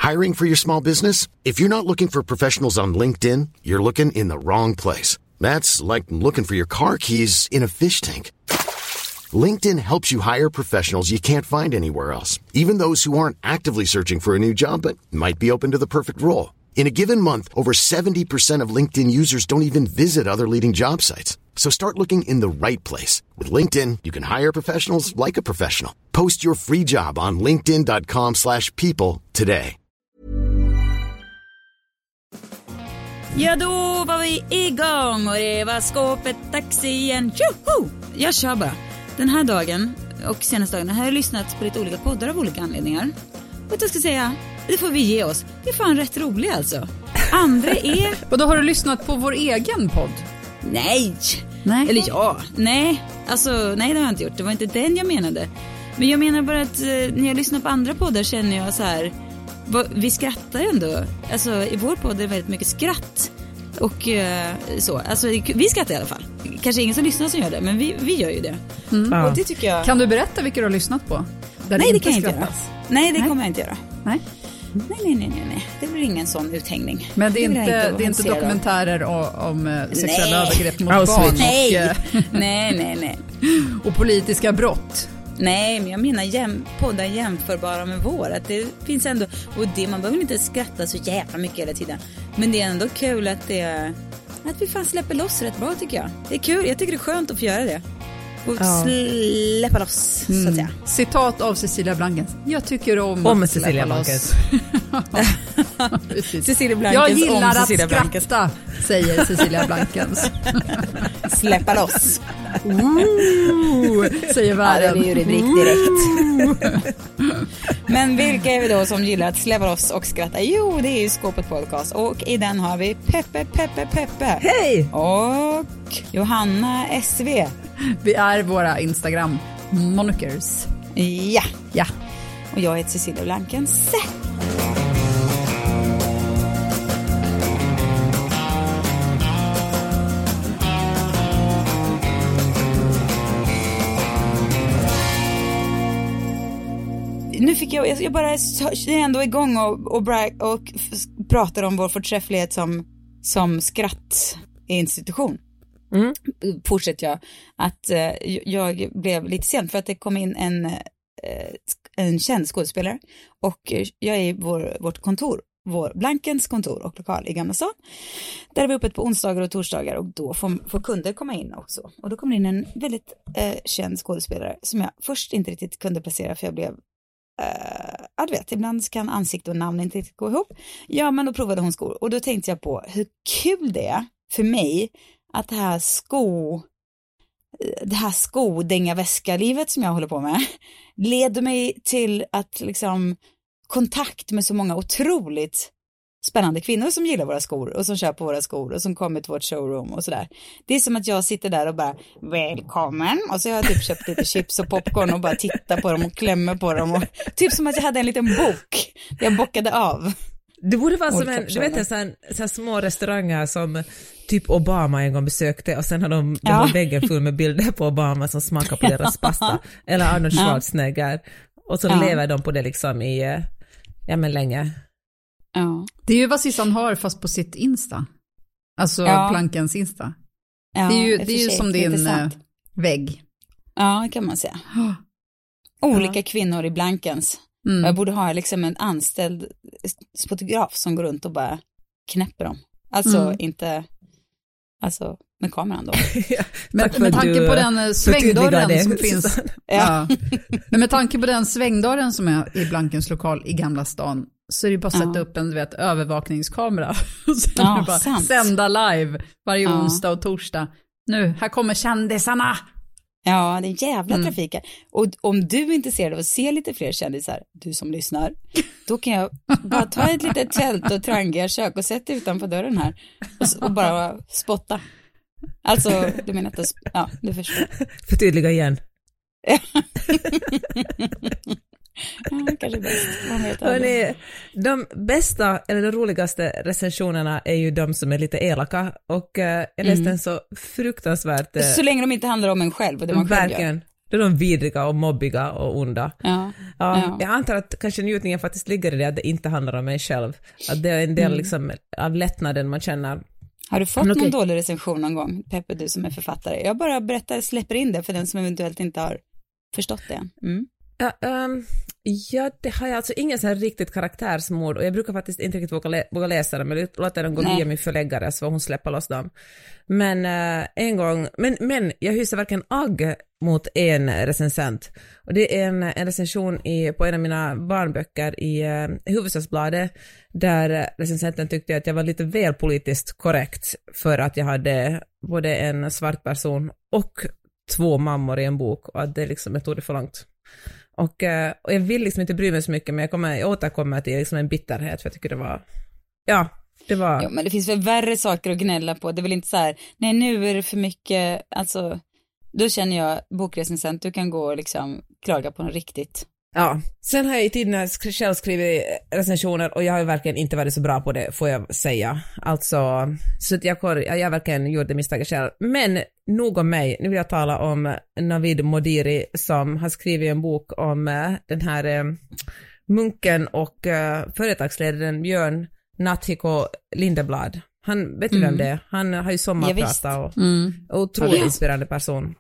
Hiring for your small business? If you're not looking for professionals on LinkedIn, you're looking in the wrong place. That's like looking for your car keys in a fish tank. LinkedIn helps you hire professionals you can't find anywhere else, even those who aren't actively searching for a new job but might be open to the perfect role. In a given month, over 70% of LinkedIn users don't even visit other leading job sites. So start looking in the right place. With LinkedIn, you can hire professionals like a professional. Post your free job on linkedin.com/people today. Ja, då var vi igång och det var skåpet taxi igen. Tjoho! Jag kör bara. Den här dagen och senaste dagen har jag lyssnat på lite olika poddar av olika anledningar. Och jag ska säga, det får vi ge oss. Det är fan rätt roligt alltså. Andra är... Och då har du lyssnat på vår egen podd? Nej. Eller ja. Nej. Alltså, nej det har jag inte gjort. Det var inte den jag menade. Men jag menar bara att när jag lyssnar på andra poddar känner jag så här... Vi skrattar ju ändå. Alltså i vår podd är det väldigt mycket skratt. Och så. Alltså vi skrattar i alla fall. Kanske ingen som lyssnar som gör det. Men vi gör ju det. Mm. Och det tycker jag... Kan du berätta vilka du har lyssnat på? Nej, det kan jag inte göra. Nej, det kommer jag inte göra. Nej. Nej. Det blir ingen sån uthängning. Men det är inte dokumentärer om sexuella övergrepp mot barn. Nej. Och politiska brott. Nej, men jag menar poddar jämförbara med vår. Att det finns ändå, och det, man behöver inte skratta så jävla mycket hela tiden. Men det är ändå kul att vi fan släpper loss rätt bra tycker jag. Det är kul, jag tycker det är skönt att få göra det. Och släppa loss, så att säga. Citat av Cecilia Blankens. Jag tycker om Cecilia Blankens. Cecilia Blankens. Jag gillar att skratta, säger Cecilia Blankens. Släppa loss. Säger världen. Ja, det är ju rubrik direkt. Men vilka är vi då som gillar att släppa loss och skratta? Jo, det är ju Skåpet Podcast. Och i den har vi Peppe. Hej! Och Johanna SV. Vi är våra Instagram monikers. Ja. Och jag heter Cecilia Blankens. Nu fick jag bara är ändå igång och pratar om vår förträfflighet som skrattinstitution. Fortsätter jag att jag blev lite sent för att det kom in en känd skådespelare och jag är i vårt kontor, vår Blankens kontor och lokal i Gamla stan. Där är vi öppet på onsdagar och torsdagar och då får kunder komma in också. Och då kommer in en väldigt känd skådespelare som jag först inte riktigt kunde placera för jag blev du vet, ibland kan ansikte och namn inte riktigt gå ihop. Ja, men då provade hon skor och då tänkte jag på hur kul det är för mig att det här skodänga väska-livet som jag håller på med leder mig till att liksom kontakt med så många otroligt spännande kvinnor som gillar våra skor och som köper våra skor och som kommer till vårt showroom och sådär. Det är som att jag sitter där och bara välkommen och så har jag typ köpt lite chips och popcorn och bara tittar på dem och klämmer på dem och typ som att jag hade en liten bok jag bockade av. Det borde vara som en sån små restauranger som typ Obama en gång besökte och sen har de var väggen full med bilder på Obama som smakar på deras pasta eller Arnold Schwarzenegger och så lever de på det liksom i länge. Ja. Det är ju vad Sissan har fast på sitt Insta. Alltså Blankens Insta. Ja, det är ju som din vägg. Ja, kan man säga. Olika kvinnor i Blankens. Jag borde ha liksom en anställd fotograf som går runt och bara knäpper dem. Alltså inte med kameran då. Med tanke på den svängdörren som finns. Men med tanke på den svängdörren som är i Blankens lokal i Gamla stan så är det bara att sätta upp en övervakningskamera och sen bara sända live varje onsdag och torsdag. Nu, här kommer kändisarna. Ja, det är jävla trafik. Och om du är intresserad av att se lite fler kändisar, du som lyssnar, då kan jag bara ta ett litet tält och trangiga kök och sätta utanför dörren här och bara spotta. Alltså, du menar att du förstår. Förtydliga igen. Kanske bäst. Hörrni, de bästa eller de roligaste recensionerna är ju de som är lite elaka och jag läste en så fruktansvärt så länge de inte handlar om en själv och det man själv verkligen. gör. Då är de vidriga och mobbiga och onda. Ja. Jag antar att kanske njutningen faktiskt ligger i det att det inte handlar om mig själv. Att det är en del liksom, av lättnaden man känner. Har du fått någon dålig recension någon gång, Peppe, du som är författare? Jag bara släpper in det för den som eventuellt inte har förstått det än. Ja, det har jag alltså ingen så här riktigt karaktärsmord och jag brukar faktiskt inte riktigt våga läsa dem, men låter dem gå via min förläggare så hon släpper loss dem. Men en gång, men jag hyser verkligen agg mot en recensent och det är en recension på en av mina barnböcker i Hufvudstadsbladet där recensenten tyckte att jag var lite väl politiskt korrekt för att jag hade både en svart person och 2 mammor i en bok och att det liksom tog det för långt. Och jag vill liksom inte bry mig så mycket, men jag återkommer till liksom en bitterhet för jag tycker det var. Ja, men det finns väl värre saker att gnälla på. Det är väl inte så här, nej nu är det för mycket, alltså då känner jag bokrecensent, du kan gå och liksom klaga på något riktigt. Ja, sen har jag i tiden själv skrivit recensioner och jag har ju verkligen inte varit så bra på det, får jag säga. Alltså, så att jag har verkligen gjort det misstaget själv. Men nog om mig, nu vill jag tala om Navid Modiri som har skrivit en bok om den här munken och företagsledaren Björn Nathiko Lindeblad. Han, vet du vem det är? Han har ju sommarprata och otroligt inspirerande person.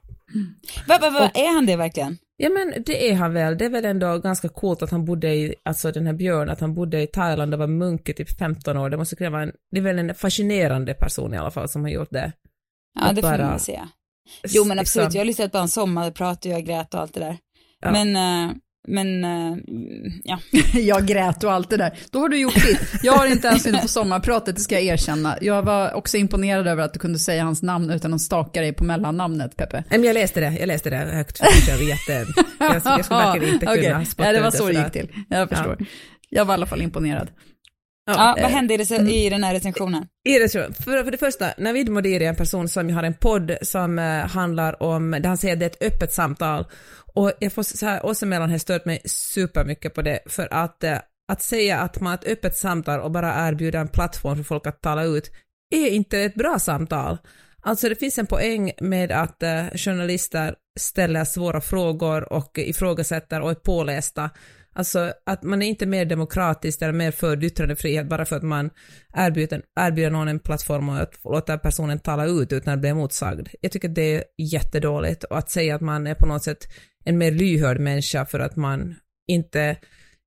Är han det verkligen? Ja men det är han väl. Det är väl ändå ganska coolt att han bodde i, alltså den här Björn, att han bodde i Thailand och var munk i typ 15 år. Det måste kräva det är väl en fascinerande person i alla fall som har gjort det. Ja, det får man se. Jo men absolut, jag har lyssnat på en sommarprat och jag grät och allt det där. Ja. Men ja. Jag grät och allt det där. Då har du gjort det. Jag har inte ens inne på sommarpratet, det ska jag erkänna. Jag var också imponerad över att du kunde säga hans namn utan att staka dig på mellannamnet, Peppe. Men jag läste det högt. Jag skulle verkligen inte kunna spotta det var så det gick till. Jag förstår. Ja. Jag var i alla fall imponerad. Ja, vad hände i den här recensionen? För det första, Navid Modiri är en person som har en podd som handlar om, där han säger att det är ett öppet samtal. Och jag får så här, oss emellan har stört mig supermycket på det, för att säga att man har ett öppet samtal och bara erbjuda en plattform för folk att tala ut är inte ett bra samtal. Alltså det finns en poäng med att journalister ställer svåra frågor och ifrågasätter och är pålästa. Alltså att man är inte mer demokratisk eller mer för yttrandefrihet bara för att man erbjuder någon en plattform och att låta personen tala ut utan att bli motsagd. Jag tycker det är jättedåligt, och att säga att man är på något sätt en mer lyhörd människa för att man inte,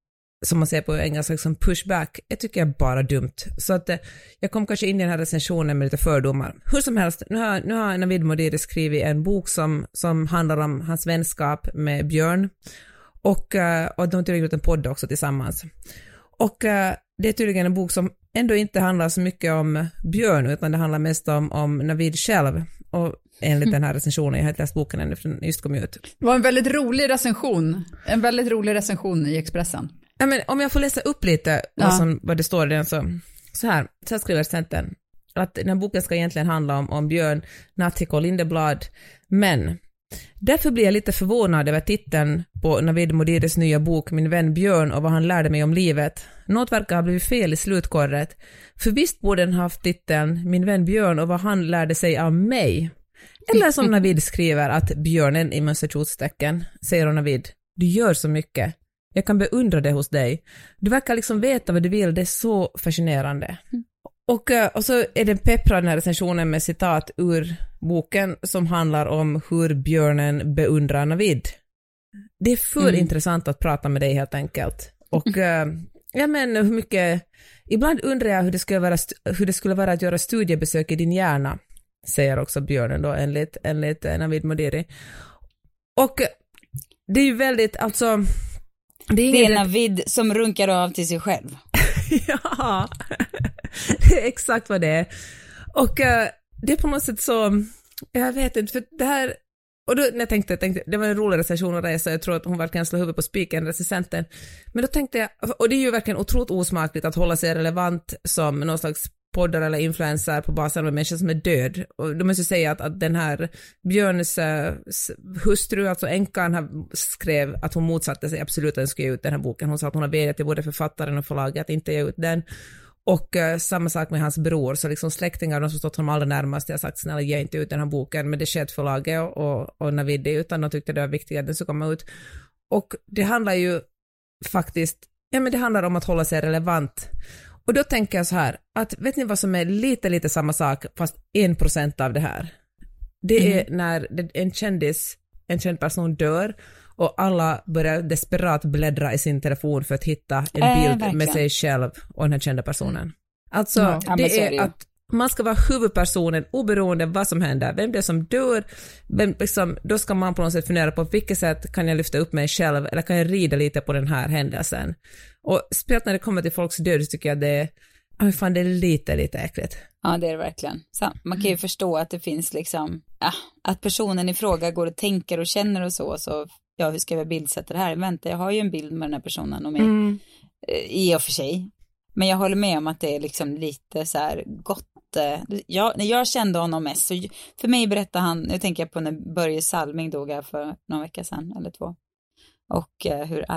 som man säger på engelska, liksom pushback, jag tycker jag är bara dumt. Så att jag kom kanske in i den här recensionen med lite fördomar. Hur som helst, nu har Navid Modiri skrivit en bok som handlar om hans vänskap med Björn. Och de har tydligen gjort en podd också tillsammans. Och det är tydligen en bok som ändå inte handlar så mycket om Björn, utan det handlar mest om Navid själv. Och enligt den här recensionen, jag har inte läst boken ännu för den just kom ut. Det var en väldigt rolig recension. En väldigt rolig recension i Expressen. Ja, men om jag får läsa upp lite vad det står i den så här skriver recensenten att den här boken ska egentligen handla om Björn Nathiko Lindeblad, men därför blir jag lite förvånad över titeln på Navid Modiris nya bok Min vän Björn och vad han lärde mig om livet. Något verkar ha blivit fel i slutkorret. För visst borde den haft titeln Min vän Björn och vad han lärde sig av mig. Eller som Navid skriver att björnen i Massachusettstecken, säger Navid, du gör så mycket. Jag kan beundra det hos dig. Du verkar liksom veta vad du vill, det är så fascinerande. Och så är den pepprad den här recensionen med citat ur boken som handlar om hur björnen beundrar Navid. Det är för intressant att prata med dig helt enkelt. Och ja men hur mycket, ibland undrar jag hur det skulle vara att göra studiebesök i din hjärna, säger också björnen då enligt Navid Modiri. Och det är ju väldigt, alltså det är Navid som runkar av till sig själv. Ja, det är exakt vad det är. Och det är på något sätt så, jag vet inte, för det här, och då när jag tänkte det var en rolig recension att resa, jag tror att hon verkligen slår huvudet på spiken, recensenten, men då tänkte jag, och det är ju verkligen otroligt osmakligt att hålla sig relevant som någon slags poddar eller influencer på basen av människor som är död. Och då måste jag säga att den här Björns hustru, alltså änkan, skrev att hon motsatte sig absolut att den skulle ge ut den här boken. Hon sa att hon har vädjat till både författaren och förlaget att inte ge ut den. Och samma sak med hans bror, så liksom släktingar, de som stått honom allra närmast, jag har sagt snälla ge inte ut den här boken, men det skedde förlaget och Navidi, utan de tyckte det var viktigt att den skulle komma ut. Och det handlar ju faktiskt, men det handlar om att hålla sig relevant. Och då tänker jag så här, att vet ni vad som är lite samma sak, fast 1% av det här? Det är när en känd person dör och alla börjar desperat bläddra i sin telefon för att hitta en bild med sig själv och den här kända personen. Alltså, det är att man ska vara huvudpersonen oberoende av vad som händer. Vem det är som dör, då ska man på något sätt fundera på vilket sätt kan jag lyfta upp mig själv eller kan jag rida lite på den här händelsen. Och speciellt när det kommer till folks död så tycker jag det är lite äckligt. Ja, det är det verkligen. Så man kan ju förstå att det finns liksom, att personen i fråga går och tänker och känner och så hur ska jag bildsätta det här? Vänta, jag har ju en bild med den här personen och mig i och för sig. Men jag håller med om att det är liksom lite så här gott. När jag kände honom mest, så för mig berättade han, nu tänker jag på när Börje Salming dog här för någon vecka sedan eller 2. Och hur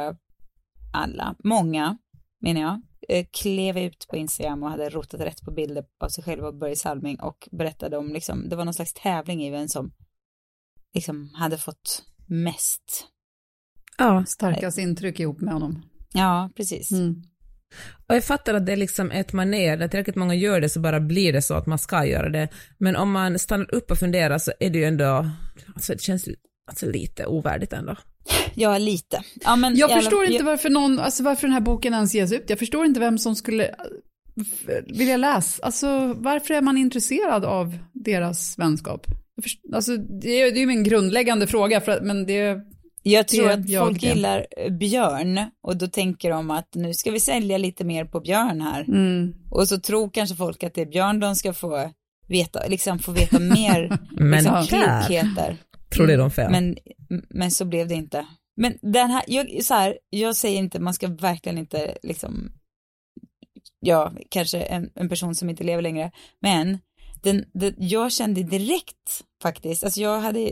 många menar jag, klev ut på Instagram och hade rotat rätt på bilder av sig själv och Börje Salming och berättade om liksom, det var någon slags tävling i vem som liksom hade fått mest. Ja, starkast intryck ihop med honom. Ja, precis. Och jag fattar att det är liksom ett manér, när tillräckligt många gör det så bara blir det så att man ska göra det. Men om man stannar upp och funderar så är det ju ändå, alltså det känns lite ovärdigt ändå. Ja, lite. Ja, men jag förstår inte varför den här boken ens ges ut. Jag förstår inte vem som skulle vilja läsa. Alltså varför är man intresserad av deras vänskap? Alltså det är ju min grundläggande fråga, men det. Jag tror att folk gillar Björn och då tänker de att nu ska vi sälja lite mer på Björn här. Och så tror kanske folk att det är Björn de ska få veta mer liksom, klokheter. Tror det är de fel. Men så blev det inte. Men den här, jag säger inte, man ska verkligen inte liksom, kanske en person som inte lever längre, men jag kände direkt faktiskt, alltså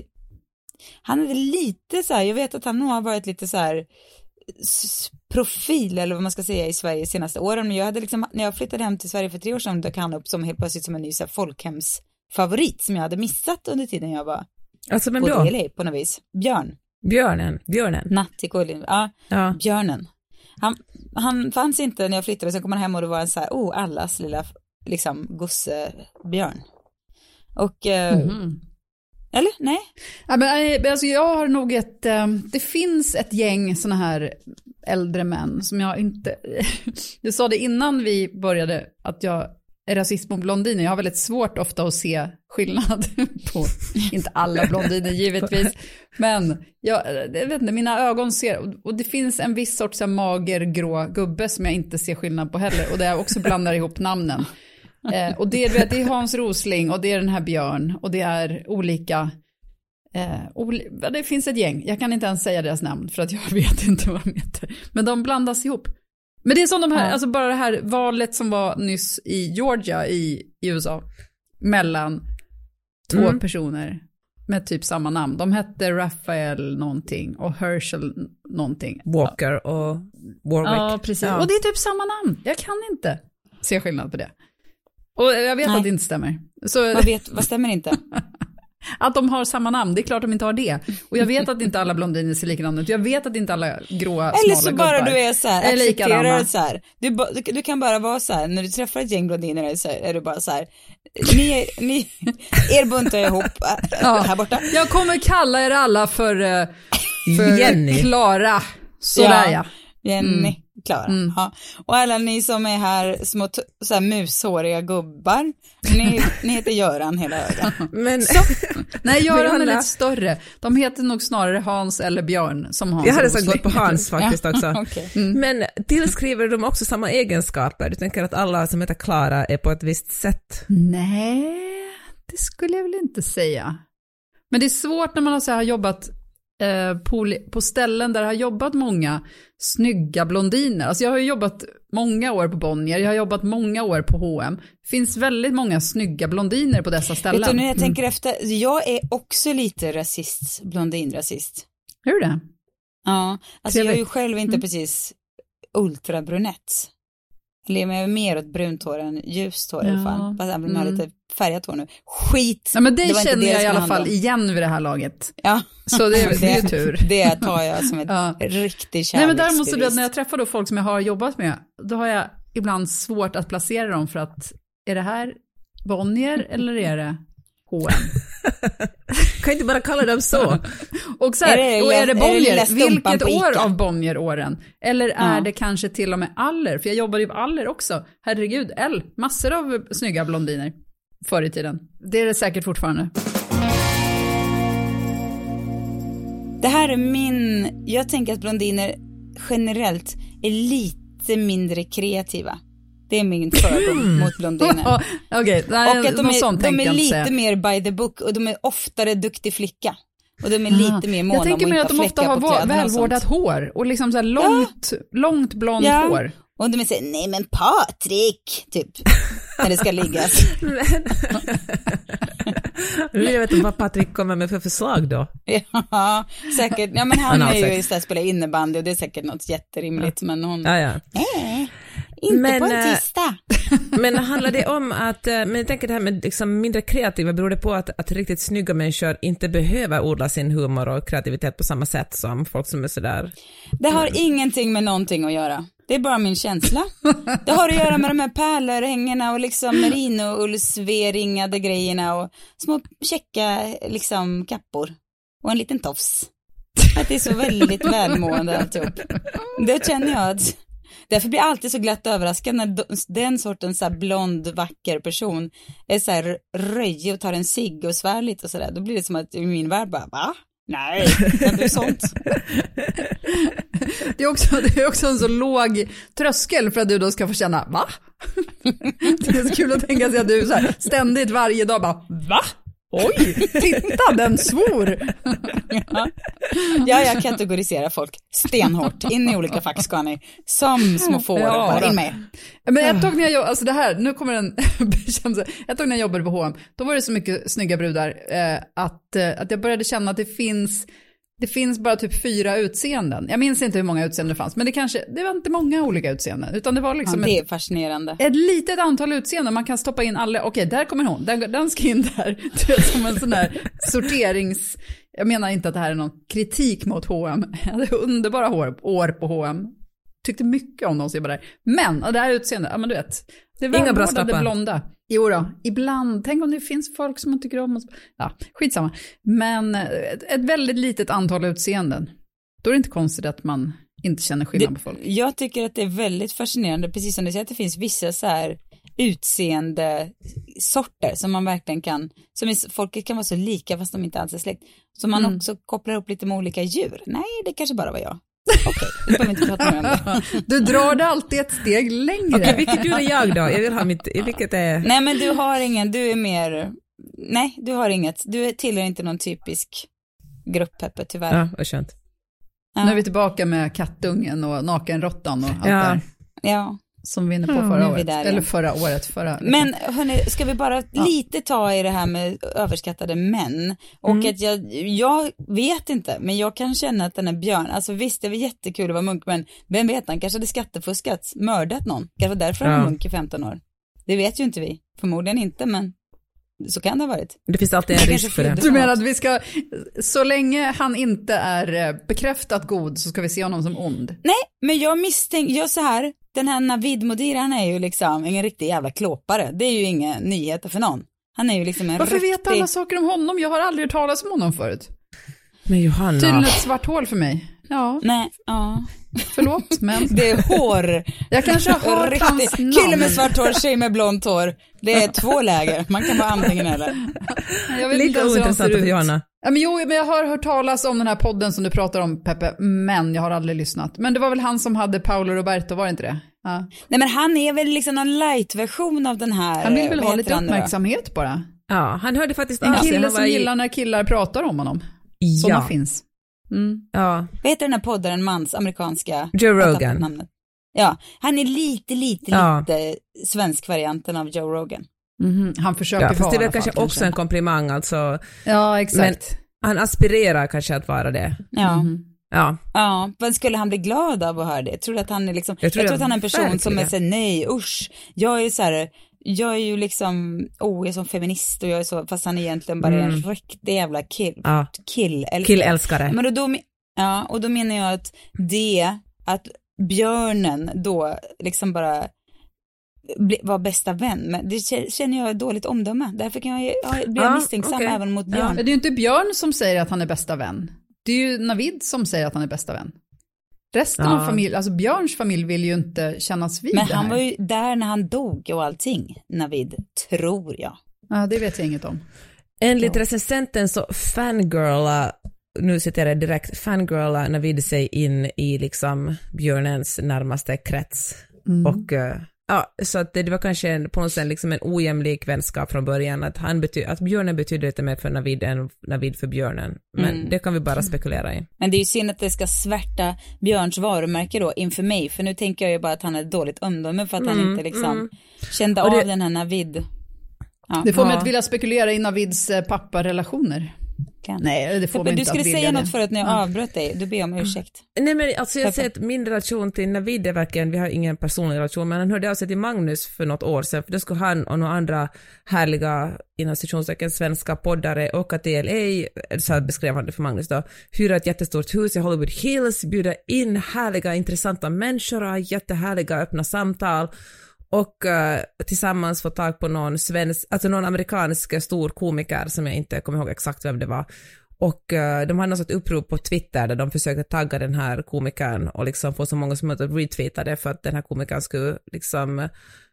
han hade lite så här, jag vet att han nog har varit lite så här profil eller vad man ska säga i Sverige de senaste åren, men jag hade liksom, när jag flyttade hem till Sverige för 3 år sedan, dök han upp som helt plötsligt som en ny så här folkhemsfavorit som jag hade missat under tiden jag var på DLA på något vis. Björnen. Natti Kullin. Ja, Björnen. Han fanns inte när jag flyttade, så kom han hem och det var en så här, allas lilla liksom gosse Björn. Och eller? Nej? Ja, men alltså jag har nog det finns ett gäng såna här äldre män som jag inte, jag sa det innan vi började att jag är rasist mot blondiner. Jag har väldigt svårt ofta att se skillnad på, inte alla blondiner givetvis, men jag vet inte, mina ögon ser, och det finns en viss sorts mager grå gubbe som jag inte ser skillnad på heller, och det jag också blandar ihop namnen. Och det är Hans Rosling och det är den här Björn och det är olika det finns ett gäng, jag kan inte ens säga deras namn för att jag vet inte vad de heter, men de blandas ihop. Men det är som de här, alltså bara det här valet som var nyss i Georgia i USA mellan 2 personer med typ samma namn. De hette Raphael någonting och Herschel någonting. Walker och Warwick. Ja, precis. Ja. Och det är typ samma namn. Jag kan inte se skillnad på det. Och jag vet att det inte stämmer. Så vad stämmer inte? Att de har samma namn, det är klart de inte har det. Och jag vet att inte alla blondiner ser likadana ut. Jag vet att inte alla gråa, eller smala så bara gubbar du är så här, accepterar så här. Du kan bara vara så här, när du träffar ett gäng blondiner så är du bara så här, ni er buntar ihop här borta. Jag kommer kalla er alla för Jenny. Klara. Så där ja. Jenny. Klara. Ja. Och alla ni som är här små så här mushåriga gubbar, ni heter Göran hela ögat. Men nej, Göran är lite större. De heter nog snarare Hans eller Björn som Hans. Jag hade sagt gått på Hans faktiskt också. Okay. Men tillskriver de också samma egenskaper? Du tänker att alla som heter Klara är på ett visst sätt? Nej, det skulle jag väl inte säga. Men det är svårt när man har jobbat på ställen där det har jobbat många snygga blondiner. Alltså jag har ju jobbat många år på Bonnier, jag har jobbat många år på H&M. Det finns väldigt många snygga blondiner på dessa ställen. Vet du, när jag tänker efter, jag är också lite blondinrasist. Hur är det? Ja, alltså jag är ju själv inte precis ultrabrunett. Eller jag är mer åt brunt hår än ljust hår i alla fall. Fast jag har lite färgat hår nu. Skit! Ja, men det känner jag i alla fall igen vid det här laget. Ja. Så det är ju tur. Det tar jag som ett riktigt kärleksbevis. Nej, men däremot så när jag träffar då folk som jag har jobbat med, då har jag ibland svårt att placera dem för att är det här Bonnier eller är det H&M? Kan inte bara kalla dem så. Och så här, är det Bonnier? Vilket år av Bonnier-åren? Eller är det kanske till och med Aller? För jag jobbade ju på Aller också. Herregud, massor av snygga blondiner förr i tiden. Det är det säkert fortfarande. Det här är jag tänker att blondiner generellt är lite mindre kreativa. Det är min fördom mot blondiner. Okej, och att de är lite mer by the book och de är oftare duktig flicka. Och de är lite mer måna om att inte ha fläckar på kläderna. Jag tänker mig att de ofta har välvårdat hår och liksom så här långt blont hår. Och de säger, nej men Patrik, typ, när det ska liggas. Jag vet inte vad Patrik kommer med för förslag då. Ja, säkert. Ja, men han är ju istället spelar innebandy och det är säkert något jätterimligt. Men hon, inte på en tisdag. Men handlar det om att, men jag tänker det här med liksom mindre kreativa, beror det på att riktigt snygga människor inte behöver odla sin humor och kreativitet på samma sätt som folk som är sådär? Det har ingenting med någonting att göra. Det är bara min känsla. Det har att göra med de här pärlörhängena och liksom merino-ullsveringade grejerna och små checka liksom kappor och en liten tofs. Att det är så väldigt välmående alltihop. Det känner jag att därför blir jag alltid så glatt överraskad när den sortens så här blond, vacker person är så här röjig och tar en cigg och svär lite och sådär. Då blir det som att i min värld bara, va? Nej, det är sånt. Det är också en så låg tröskel för att du då ska få känna, va? Det är så kul att tänka sig att du så här, ständigt varje dag bara, va? Oj, titta, den svor. Ja, jag kategoriserar folk stenhårt in i olika fack ska ni, som små får bara in med. Men ett tag när jag alltså det här, nu kommer en bekännelse. Ett tag när jag jobbade på H&M, då var det så mycket snygga brudar att jag började känna att det finns bara typ 4 utseenden. Jag minns inte hur många utseenden det fanns, men det var inte många olika utseenden, utan det var liksom det är fascinerande. Ett litet antal utseenden, man kan stoppa in alla. Okej, där kommer hon, den ska in där. Det är som en sån där sorterings. Jag menar inte att det här är någon kritik mot H&M. Jag hade underbara år på H&M. Tyckte mycket om dem som jobbade där. Men det här utseendet, ja men du vet, det var välvårdade blonda. Jo då, ibland. Tänk om det finns folk som man tycker om. Ja, skitsamma. Men ett väldigt litet antal utseenden. Då är det inte konstigt att man inte känner skillnad på folk. Jag tycker att det är väldigt fascinerande, precis som du säger, att det finns vissa så här utseende sorter som man verkligen kan, som folket kan vara så lika fast de inte alls är släkt. Så man också kopplar upp lite med olika djur. Nej, det kanske bara var jag. Okej, nu behöver vi inte prata mer om det. Du drar det alltid ett steg längre. Okej, vilket djur är jag då? Jag vill ha vilket är... Nej, men du har ingen, du är mer... Nej, du har inget. Du tillhör inte någon typisk grupp, Peppe, tyvärr. Ja, vad skönt. Ja. Nu är vi tillbaka med kattungen och nakenrottan och allt där. Ja. Som vi inne på förra året. Där, eller förra året. Men hörni, ska vi bara lite ta i det här med överskattade män. Och att jag vet inte, men jag kan känna att den är Björn. Alltså visst, det var jättekul att vara munk, men vem vet, han kanske hade skattefuskat, mördat någon. Kanske därför han var munk i 15 år. Det vet ju inte vi. Förmodligen inte, men så kan det ha varit. Det finns alltid en risk för det. Du menar att vi ska, så länge han inte är bekräftat god, så ska vi se honom som ond? Nej, men jag misstänker, så här, den här Navid Modiri, han är ju liksom ingen riktig jävla klåpare. Det är ju inga nyheter för någon. Han är ju liksom en Varför vet alla saker om honom? Jag har aldrig hört talas om honom förut. Men Johanna... Tydligen ett svart hål för mig. Ja. Nej, ja. Förlåt, men... Det är hår. Jag kanske har hört hans namn. Kille med svart hår, tjej med blont hår. Det är 2 läger. Man kan vara antingen eller. Jag vet lika ointressant för Johanna. Ja, men jo, men jag har hört talas om den här podden som du pratar om, Peppe. Men jag har aldrig lyssnat. Men det var väl han som hade Paolo Roberto, var det inte det? Ja. Nej, men han är väl liksom en light-version av den här. Han vill väl ha lite uppmärksamhet bara. Ja, han hörde faktiskt en kille som gillar när killar pratar om honom. Ja. Sådana finns. Ja. Vad heter den här podden, mans amerikanska? Joe Rogan. Ja, han är lite svensk varianten av Joe Rogan. Han försöker fast det är väl kanske också en komplimang alltså. Ja, exakt. Men han aspirerar kanske att vara det. Ja. Ja, men skulle han bli glad av att höra det? Jag tror att han är liksom, jag tror att han är en person verkligen. Som är så nej, usch. Jag är ju liksom, jag är som feminist och jag är så, fast han egentligen bara är en riktig jävla killälskare. Men och då menar jag att björnen då liksom bara var bästa vän, men det känner jag dåligt omdöme. Därför kan jag bli misstänksam även mot Björn. Men det är ju inte Björn som säger att han är bästa vän. Det är ju Navid som säger att han är bästa vän. Resten av familjen, alltså Björns familj vill ju inte kännas vid. Men han var ju där när han dog och allting, Navid, tror jag. Ja, det vet jag inget om. Enligt recensenten så nu citerar jag direkt, fangirla Navid sig in i liksom Björnens närmaste krets. Och så att det var kanske på något sätt liksom en ojämlik vänskap från början, att Björnen betyder lite mer för Navid än Navid för Björnen. Men det kan vi bara spekulera i. Men det är ju synd att det ska svärta Björns varumärke då inför mig, för nu tänker jag ju bara att han är dåligt omdöme för att han inte liksom kände av den här Navid. Ja. Det får mig att vilja spekulera i Navids papparelationer. Nej, det får mig inte. Du skulle säga något för att när jag avbröt dig, du ber om ursäkt. Nej, men alltså jag säger att min relation till Navid är verkligen, vi har ingen personlig relation, men han hörde av sig till Magnus för något år sedan, för då skulle han och några andra härliga inom stationstecken svenska poddare åka till LA, så beskrev han det för Magnus då, hyra ett jättestort hus i Hollywood Hills, bjuda in härliga, intressanta människor och ha jättehärliga öppna samtal. Och tillsammans få tag på någon amerikansk stor komiker som jag inte kommer ihåg exakt vem det var. Och de hade något upprop på Twitter där de försökte tagga den här komikern och liksom få så många som möjligt att retweeta det, för att den här komikern skulle liksom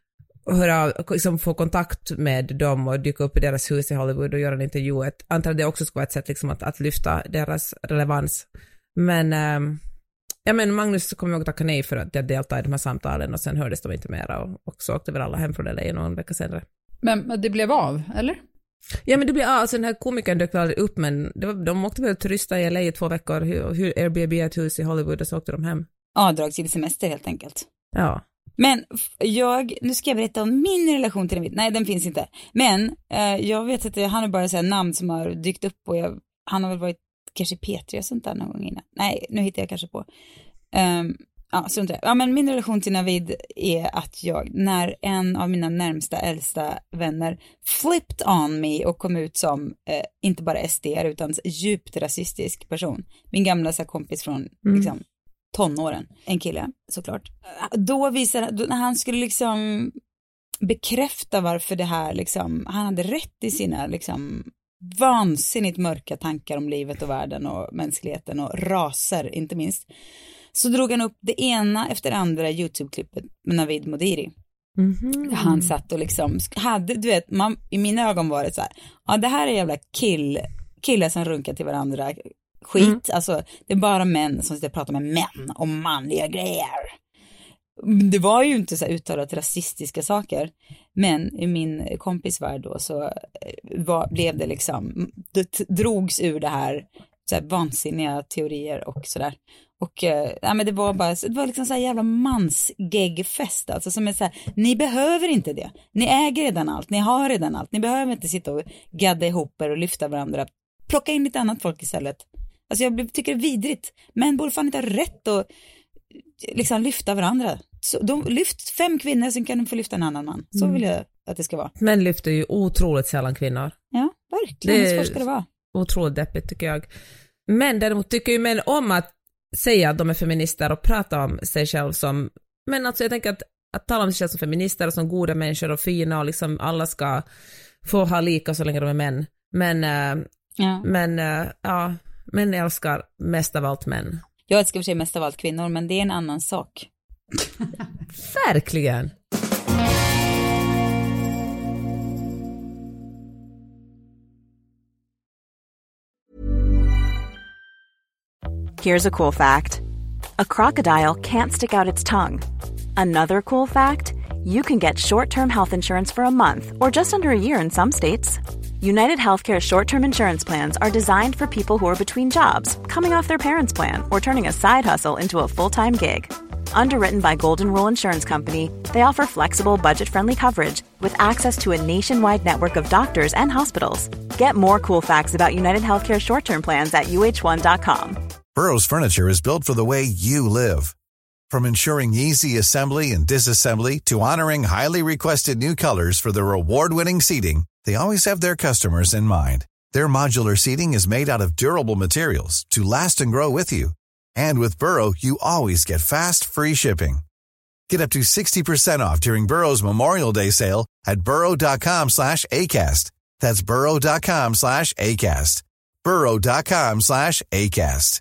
liksom få kontakt med dem och dyka upp i deras hus i Hollywood och göra en intervju. Antar det också skulle vara ett sätt liksom att lyfta deras relevans. Men Magnus kom ihåg att tacka nej för att jag deltog i de här samtalen, och sen hördes de inte mera och så åkte väl alla hem från LA någon vecka senare. Men det blev av, eller? Ja, men det blev alltså den här komikern dök aldrig upp, men de åkte väl turista i LA i 2 veckor, hur Airbnb ett hus i Hollywood, och så åkte de hem. Dragit semester helt enkelt. Ja. Men nu ska jag berätta om min relation till Navid. Nej, den finns inte. Men jag vet att han har bara så här namn som har dykt upp, och han har väl varit kanske P3 och sånt där någon gång innan. Nej, nu hittar jag kanske på. Sånt där. Ja, men min relation till Navid är att när en av mina närmsta äldsta vänner flipped on me och kom ut som inte bara SDR utan djupt rasistisk person. Min gamla kompis från liksom tonåren, en kille såklart. Då när han skulle liksom bekräfta varför det här liksom, han hade rätt i sina liksom vansinnigt mörka tankar om livet och världen och mänskligheten och raser inte minst, så drog han upp det ena efter det andra YouTube-klippet med Navid Modiri. Han satt och liksom du vet, i mina ögon var det så här, det här är jävla killar som runkar till varandra skit, alltså det är bara män som sitter och pratar med män om manliga grejer. Det var ju inte så här uttalat rasistiska saker, men i min kompis värld då så blev det liksom, det drogs ur det här så här vansinniga teorier och sådär. Och men det var liksom så här jävla mansgeggfest, alltså som är så här, ni behöver inte det. Ni äger redan allt, ni har redan allt. Ni behöver inte sitta och gadda ihop er och lyfta varandra. Plocka in lite annat folk istället. Alltså jag tycker det är vidrigt. Men borde fan inte ha rätt att liksom lyfta varandra. Så de lyft 5 kvinnor, sen kan de få lyfta en annan man. Så vill jag att det ska vara. Män lyfter ju otroligt sällan kvinnor. Ja, verkligen. Så ska det vara. Otroligt deppigt tycker jag. Men däremot tycker ju män om att säga att de är feminister och prata om sig själv som, men alltså jag tänker att tala om sig själv som feminister och som goda människor och fina och liksom alla ska få ha lika så länge de är män. Män älskar mest av allt män. Jag älskar för sig mest av allt kvinnor, men det är en annan sak. Verkligen. Here's a cool fact. A crocodile can't stick out its tongue. Another cool fact, you can get short-term health insurance for a month or just under a year in some states. United Healthcare short-term insurance plans are designed for people who are between jobs, coming off their parents' plan, or turning a side hustle into a full-time gig. Underwritten by Golden Rule Insurance Company, they offer flexible, budget-friendly coverage with access to a nationwide network of doctors and hospitals. Get more cool facts about United Healthcare short-term plans at uh1.com. Burrow's furniture is built for the way you live. From ensuring easy assembly and disassembly to honoring highly requested new colors for their award-winning seating, they always have their customers in mind. Their modular seating is made out of durable materials to last and grow with you. And with Burrow, you always get fast, free shipping. Get up to 60% off during Burrow's Memorial Day sale at burrow.com/ACAST. That's burrow.com/ACAST. burrow.com/ACAST.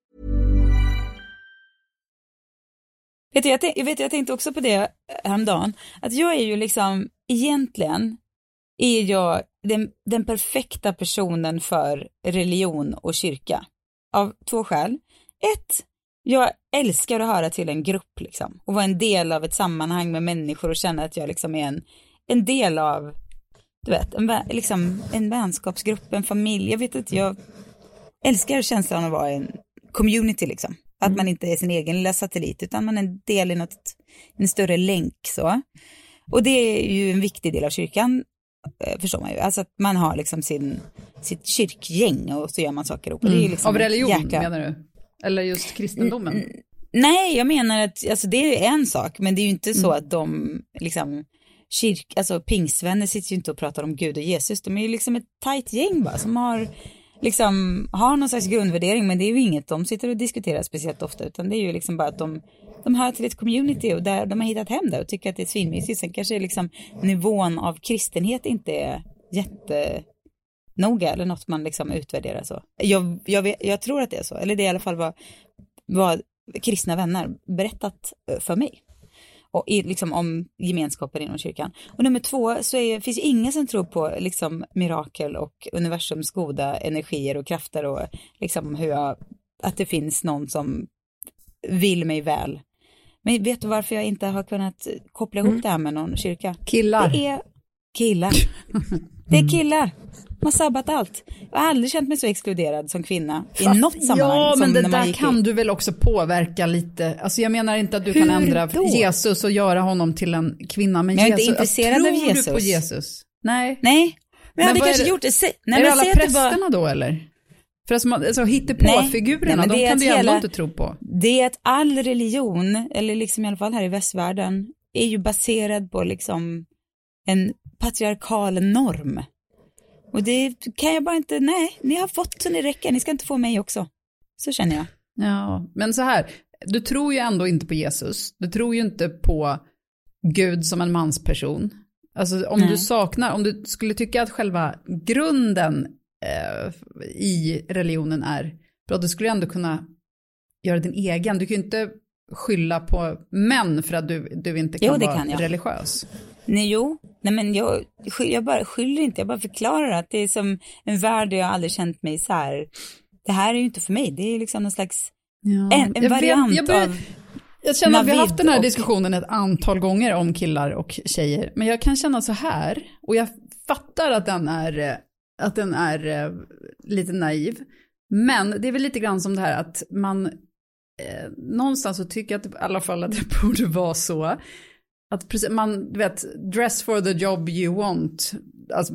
Jag tänkte också på det häromdagen. Att jag är ju liksom, egentligen är jag den perfekta personen för religion och kyrka. Av 2 skäl. 1, jag älskar att höra till en grupp liksom. Och vara en del av ett sammanhang med människor och känna att jag liksom är en del av, du vet, en vänskapsgrupp, en familj. Jag vet att jag älskar känslan av att vara en community liksom. Att man inte är sin egen lilla satellit utan man är en del i en större länk så. Och det är ju en viktig del av kyrkan, förstår man ju. Alltså att man har liksom sitt kyrkgäng och så gör man saker ihop. Och det är liksom av religion menar du? Eller just kristendomen? Nej, jag menar att alltså, det är en sak, men det är ju inte så att de liksom alltså pingsvänner sitter ju inte och pratar om Gud och Jesus. De är ju liksom ett tajt gäng bara som har någon slags grundvärdering, men det är ju inget de sitter och diskuterar speciellt ofta, utan det är ju liksom bara att de hör till ett community och där de har hittat hem där och tycker att det är svinmysigt. Sen kanske liksom nivån av kristenhet inte är jättenoga eller något man liksom utvärderar så. Jag tror att det är så, eller det är i alla fall vad kristna vänner berättat för mig. Och liksom om gemenskaper inom kyrkan. Och nummer 2 så finns ju ingen som tror på liksom mirakel och universums goda energier och krafter och liksom att det finns någon som vill mig väl. Men vet du varför jag inte har kunnat koppla ihop det här med någon kyrka? Killar. Det är killar. Det är killar. Man har sabbat allt. Jag har aldrig känt mig så exkluderad som kvinna i något sammanhang. Ja, men det där kan du väl också påverka lite. Alltså jag menar inte att du kan ändra Jesus och göra honom till en kvinna. Men jag är Jesus, inte intresserad av Jesus. Tror du på Jesus? Nej. Men jag hade kanske gjort det. Är det alla prästerna då eller? För alltså hittepå-figurerna, de kan vi ändå inte tro på. Det är att all religion, eller liksom i alla fall här i västvärlden, är ju baserad på liksom en patriarkal norm. Och det kan jag bara inte, ni har fått så ni räcker, ni ska inte få mig också. Så känner jag. Ja, men så här, du tror ju ändå inte på Jesus. Du tror ju inte på Gud som en mansperson. Alltså om du skulle tycka att själva grunden i religionen är bra, du skulle ändå kunna göra din egen. Du kan ju inte skylla på män för att du inte kan vara religiös. Nej, men jag bara skyller inte, jag bara förklarar att det är som en värld där jag aldrig känt mig så här. Det här är ju inte för mig, det är liksom någon slags en variant av. Jag känner att vi har haft den här diskussionen ett antal gånger om killar och tjejer, men jag kan känna så här, och jag fattar att den är lite naiv, men det är väl lite grann som det här att man någonstans så tycker att i alla fall att det borde vara så. Att man dress for the job you want. Alltså,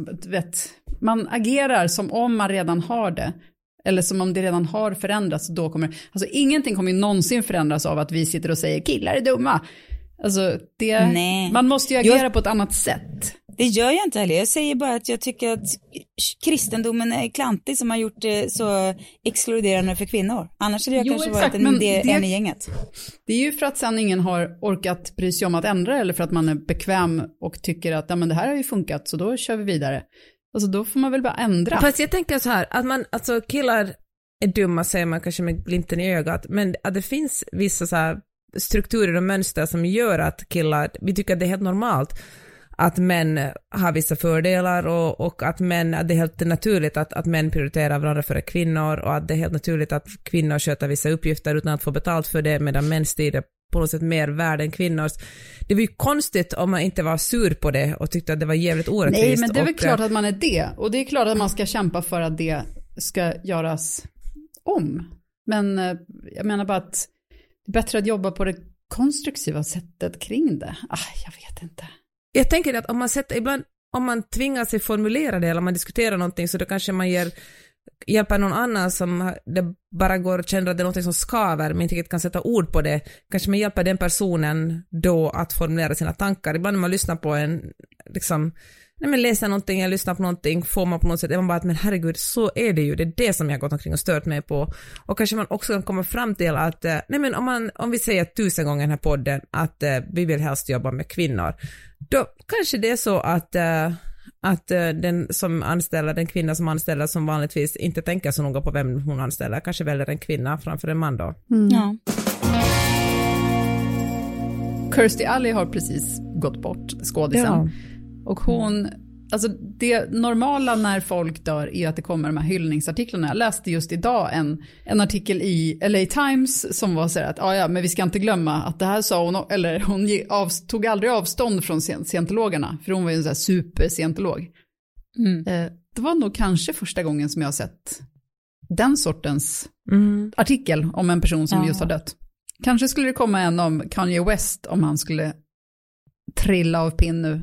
man agerar som om man redan har det. Eller som om det redan har förändrats. Då alltså ingenting kommer ju någonsin förändras av att vi sitter och säger killar är dumma. Alltså man måste ju agera på ett annat sätt. Det gör jag inte heller. Jag säger bara att jag tycker att kristendomen är klantig som har gjort det så exkluderande för kvinnor. Annars hade jag kanske varit en i gänget. Det är ju för att sen ingen har orkat bry sig om att ändra eller för att man är bekväm och tycker att men det här har ju funkat så då kör vi vidare. Alltså då får man väl bara ändra. Fast jag tänker så här, att killar är dumma säger man kanske med glimten i ögat, men att det finns vissa så här strukturer och mönster som gör att killar, vi tycker att det är helt normalt att män har vissa fördelar och att det är helt naturligt att män prioriterar varandra före kvinnor och att det är helt naturligt att kvinnor sköter vissa uppgifter utan att få betalt för det medan mäns tid är på något sätt mer värd än kvinnors. Det var ju konstigt om man inte var sur på det och tyckte att det var jävligt orättvist. Nej, men det är väl klart att man är det. Och det är klart att man ska kämpa för att det ska göras om. Men jag menar bara att det är bättre att jobba på det konstruktiva sättet kring det. Jag vet inte. Jag tänker att om man tvingar sig formulera det eller om man diskuterar någonting så då kanske man ger hjälper någon annan som det bara går att känna att det är något som skaver men inte riktigt kan sätta ord på det. Kanske man hjälper den personen då att formulera sina tankar. Ibland när man lyssnar på en, liksom, när man läser någonting eller lyssnar på någonting, får man på något sätt, är man bara att men herregud, så är det ju. Det är det som jag har gått omkring och stört mig på. Och kanske man också kan komma fram till att, nej men om vi säger 1000 gånger i den här podden att vi vill helst jobba med kvinnor, då kanske det är så att den som anställer, den kvinna som anställer som vanligtvis inte tänker så noga på vem hon anställer, kanske väljer en kvinna framför en man då. Ja. Kirstie Alley har precis gått bort, skådisen. Ja. Och hon, alltså det normala när folk dör är att det kommer de här hyllningsartiklarna. Jag läste just idag en artikel i LA Times som var så här att ja, men vi ska inte glömma att det här sa hon, eller hon tog aldrig avstånd från scientologerna, för hon var ju en sån här superscientolog. Det var nog kanske första gången som jag har sett den sortens artikel om en person som just har dött. Kanske skulle det komma en om Kanye West om han skulle trilla av pinn nu.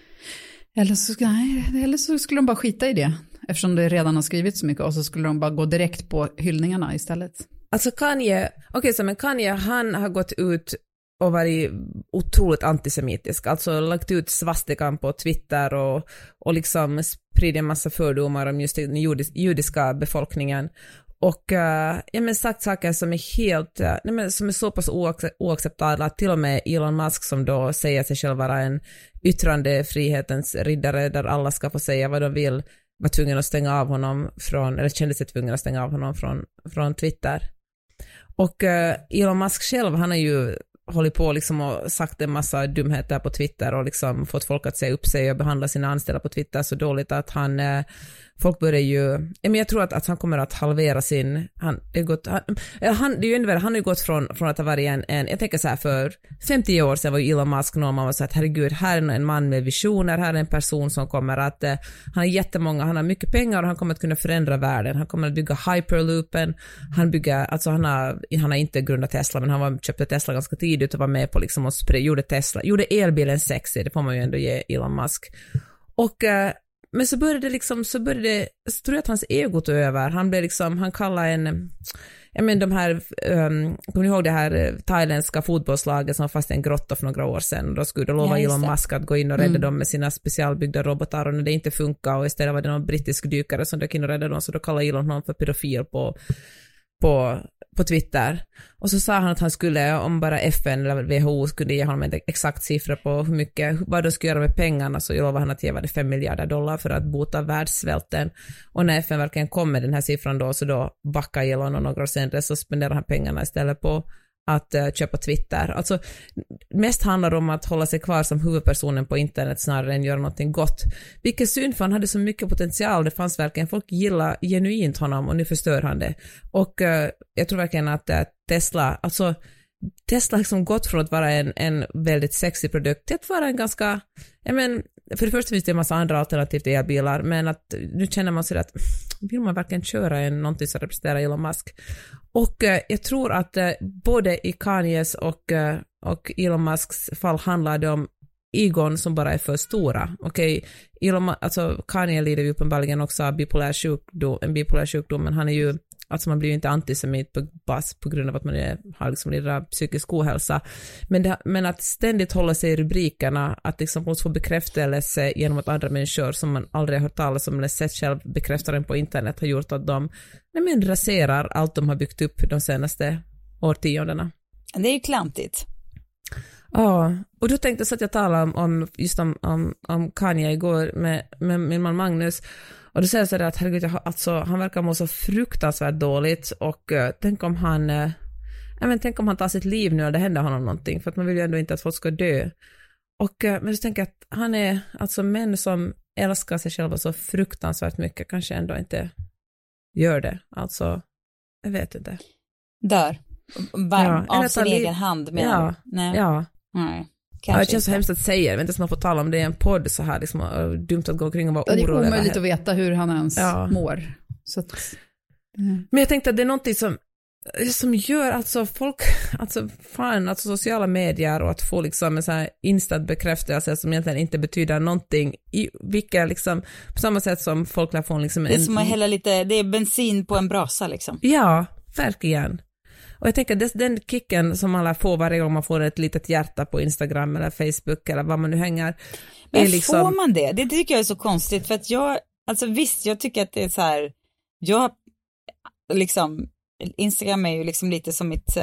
Eller så skulle de bara skita i det, eftersom det redan har skrivit så mycket, och så skulle de bara gå direkt på hyllningarna istället. Alltså Kanye, han har gått ut och varit otroligt antisemitisk, alltså lagt ut svastikan på Twitter och liksom spridit en massa fördomar om just den judiska befolkningen. Och sagt saker som är helt, som är så pass oacceptabla att till och med Elon Musk, som då säger sig själv vara en yttrandefrihetens riddare där alla ska få säga vad de vill, var tvungen att stänga av honom eller kände sig tvungen att stänga av honom från Twitter. Och Elon Musk själv, han har ju hållit på liksom och sagt en massa dumheter på Twitter och liksom fått folk att säga upp sig och behandla sina anställda på Twitter så dåligt att folk börjar ju, men jag tror att han kommer att halvera sin, han har ju gått från att ha varit en jag tänker så här, för 50 år sedan var ju Elon Musk någon, man var så att herregud, här är en man med visioner, här är en person som kommer att, han har mycket pengar och han kommer att kunna förändra världen, han kommer att bygga hyperloopen, han har inte grundat Tesla, men han köpte Tesla ganska tidigt och var med på liksom och gjorde elbilen sexy, det får man ju ändå ge Elon Musk. Och men så tror jag att hans ego tog över. Han kallade de här, kommer ni ihåg det här thailändska fotbollslaget som var fast i en grotta för några år sedan? Då skulle lova Elon Musk att gå in och rädda dem med sina specialbyggda robotar, och när det inte funkar och istället var det någon brittisk dykare som dök in och räddade dem, så då kallade Elon honom för pedofil på Twitter. Och så sa han att han skulle, om bara FN eller WHO skulle ge honom en exakt siffra på vad de skulle göra med pengarna, så lovade han att ge $5 miljarder för att bota världssvälten. Och när FN verkligen kom med den här siffran då, så då backade Elon och några år senare så spenderade han pengarna istället på att köpa Twitter. Alltså mest handlar det om att hålla sig kvar som huvudpersonen på internet snarare än göra någonting gott. Vilket synd, för han hade så mycket potential. Det fanns verkligen, folk gillar genuint honom, och nu förstör han det. Och jag tror verkligen att Tesla har liksom gått från att vara en väldigt sexig produkt till att vara en ganska, för det första finns det en massa andra alternativ till elbilar, men att nu känner man sig att vill man verkligen köra någonting som representerar Elon Musk. Och jag tror att både i Kanyes och Elon Musks fall handlar det om egon som bara är för stora. Okej, Kanye lider ju uppenbarligen också av en bipolär sjukdom, men han är ju, alltså man blir ju inte antisemit på grund av att man har liksom lider psykisk ohälsa. Men att ständigt hålla sig i rubrikerna, att liksom måste få bekräftelse genom att andra människor som man aldrig har hört talas om eller sett själv bekräftar den på internet, har gjort att de raserar allt de har byggt upp de senaste årtiondena. Det är ju klantigt. Ja, och då tänkte jag så att jag talade om Kanye igår med min man Magnus. Och då säger jag så där att herregud, han verkar må så fruktansvärt dåligt, och tänk om han tar sitt liv nu och det händer honom någonting, för att man vill ju ändå inte att folk ska dö. Och men så tänker jag att han är, alltså män som älskar sig själva så fruktansvärt mycket kanske ändå inte gör det. Alltså, jag vet inte. Dör. Av sin egen hand med. Ja. Nej. Ja. Nej. Det känns så hemskt att säga, jag vet inte om man får tala om det i en podd så här, liksom, dumt att gå omkring och vara orolig. Det är omöjligt att veta hur han ens mår. Så att, Men jag tänkte att det är någonting som som gör alltså folk, alltså sociala medier och att få liksom en så här instant bekräftelse som egentligen inte betyder någonting i vilka liksom, på samma sätt som folk lär få liksom det är som att hälla lite, det är bensin på en brasa liksom. Ja, verkligen. Och jag tänker den kicken som alla får varje gång man får ett litet hjärta på Instagram eller Facebook eller vad man nu hänger. Men liksom... får man det? Det tycker jag är så konstigt för att jag tycker att det är så här, jag liksom, Instagram är ju liksom lite som mitt,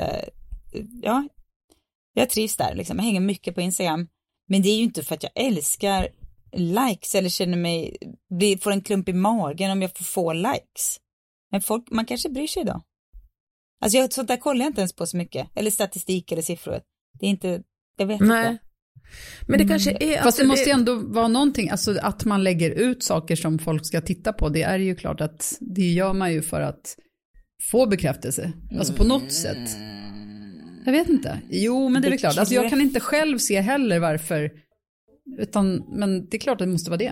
jag trivs där liksom, jag hänger mycket på Instagram, men det är ju inte för att jag älskar likes eller känner mig, får en klump i magen om jag får få likes. Men man kanske bryr sig då. Alltså sånt där kollar jag inte ens på så mycket, eller statistik eller siffror. Det är inte, jag vet inte. Men det kanske är... Fast det måste ju ändå vara någonting, alltså att man lägger ut saker som folk ska titta på, det är ju klart att det gör man ju för att få bekräftelse. Alltså på något sätt. Jag vet inte. Jo, men det är väl klart. Alltså jag kan inte själv se heller varför, men det är klart att det måste vara det.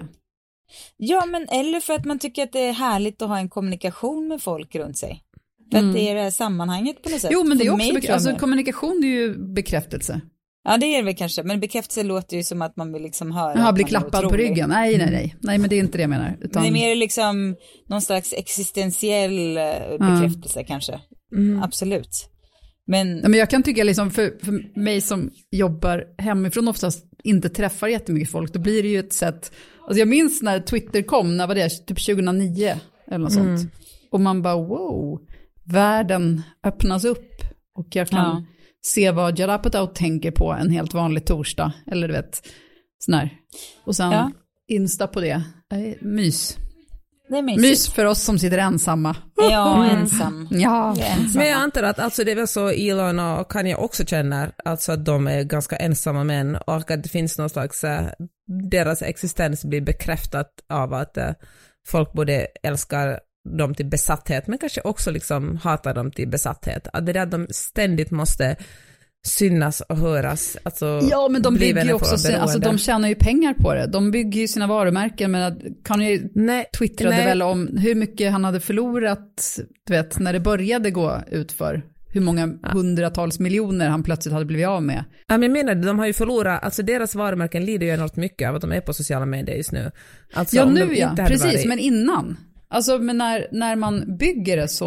Ja, men eller för att man tycker att det är härligt att ha en kommunikation med folk runt sig. För att det är det här sammanhanget på något sätt. Jo, men det är också alltså kommunikation är ju bekräftelse. Ja, det är det väl kanske. Men bekräftelse låter ju som att man vill liksom höra. Ja, bli klappad på ryggen. Nej, men det är inte det jag menar. Utan... det är mer liksom någon slags existentiell bekräftelse kanske. Absolut. Men jag kan tycka liksom för mig som jobbar hemifrån oftast inte träffar jättemycket folk, då blir det ju ett sätt. Alltså jag minns när Twitter kom, när var det? Typ 2009 eller något sånt. Och man bara wow, världen öppnas upp och jag kan se vad Judd Apatow tänker på en helt vanlig torsdag. Eller du vet, sån här. Och sen Insta på det. Mys. Det är mys för oss som sitter ensamma. Ja, ensam. Ja. Men jag antar att alltså, det är väl så Elon och Kanye också känner alltså att de är ganska ensamma män och att det finns någon slags deras existens blir bekräftat av att folk både älskar dem till besatthet men kanske också liksom hatar dem till besatthet. Att det där de ständigt måste synas och höras. Alltså, ja, men de bygger ju också, alltså de tjänar ju pengar på det. De bygger ju sina varumärken, men Kanye twittrade väl om hur mycket han hade förlorat, du vet, när det började gå ut för. Hur många hundratals miljoner han plötsligt hade blivit av med. Ja, men jag menar, de har ju förlorat, alltså deras varumärken lider ju enormt mycket av att de är på sociala medier just nu. Alltså, ja, nu precis, men innan. Alltså, men när man bygger det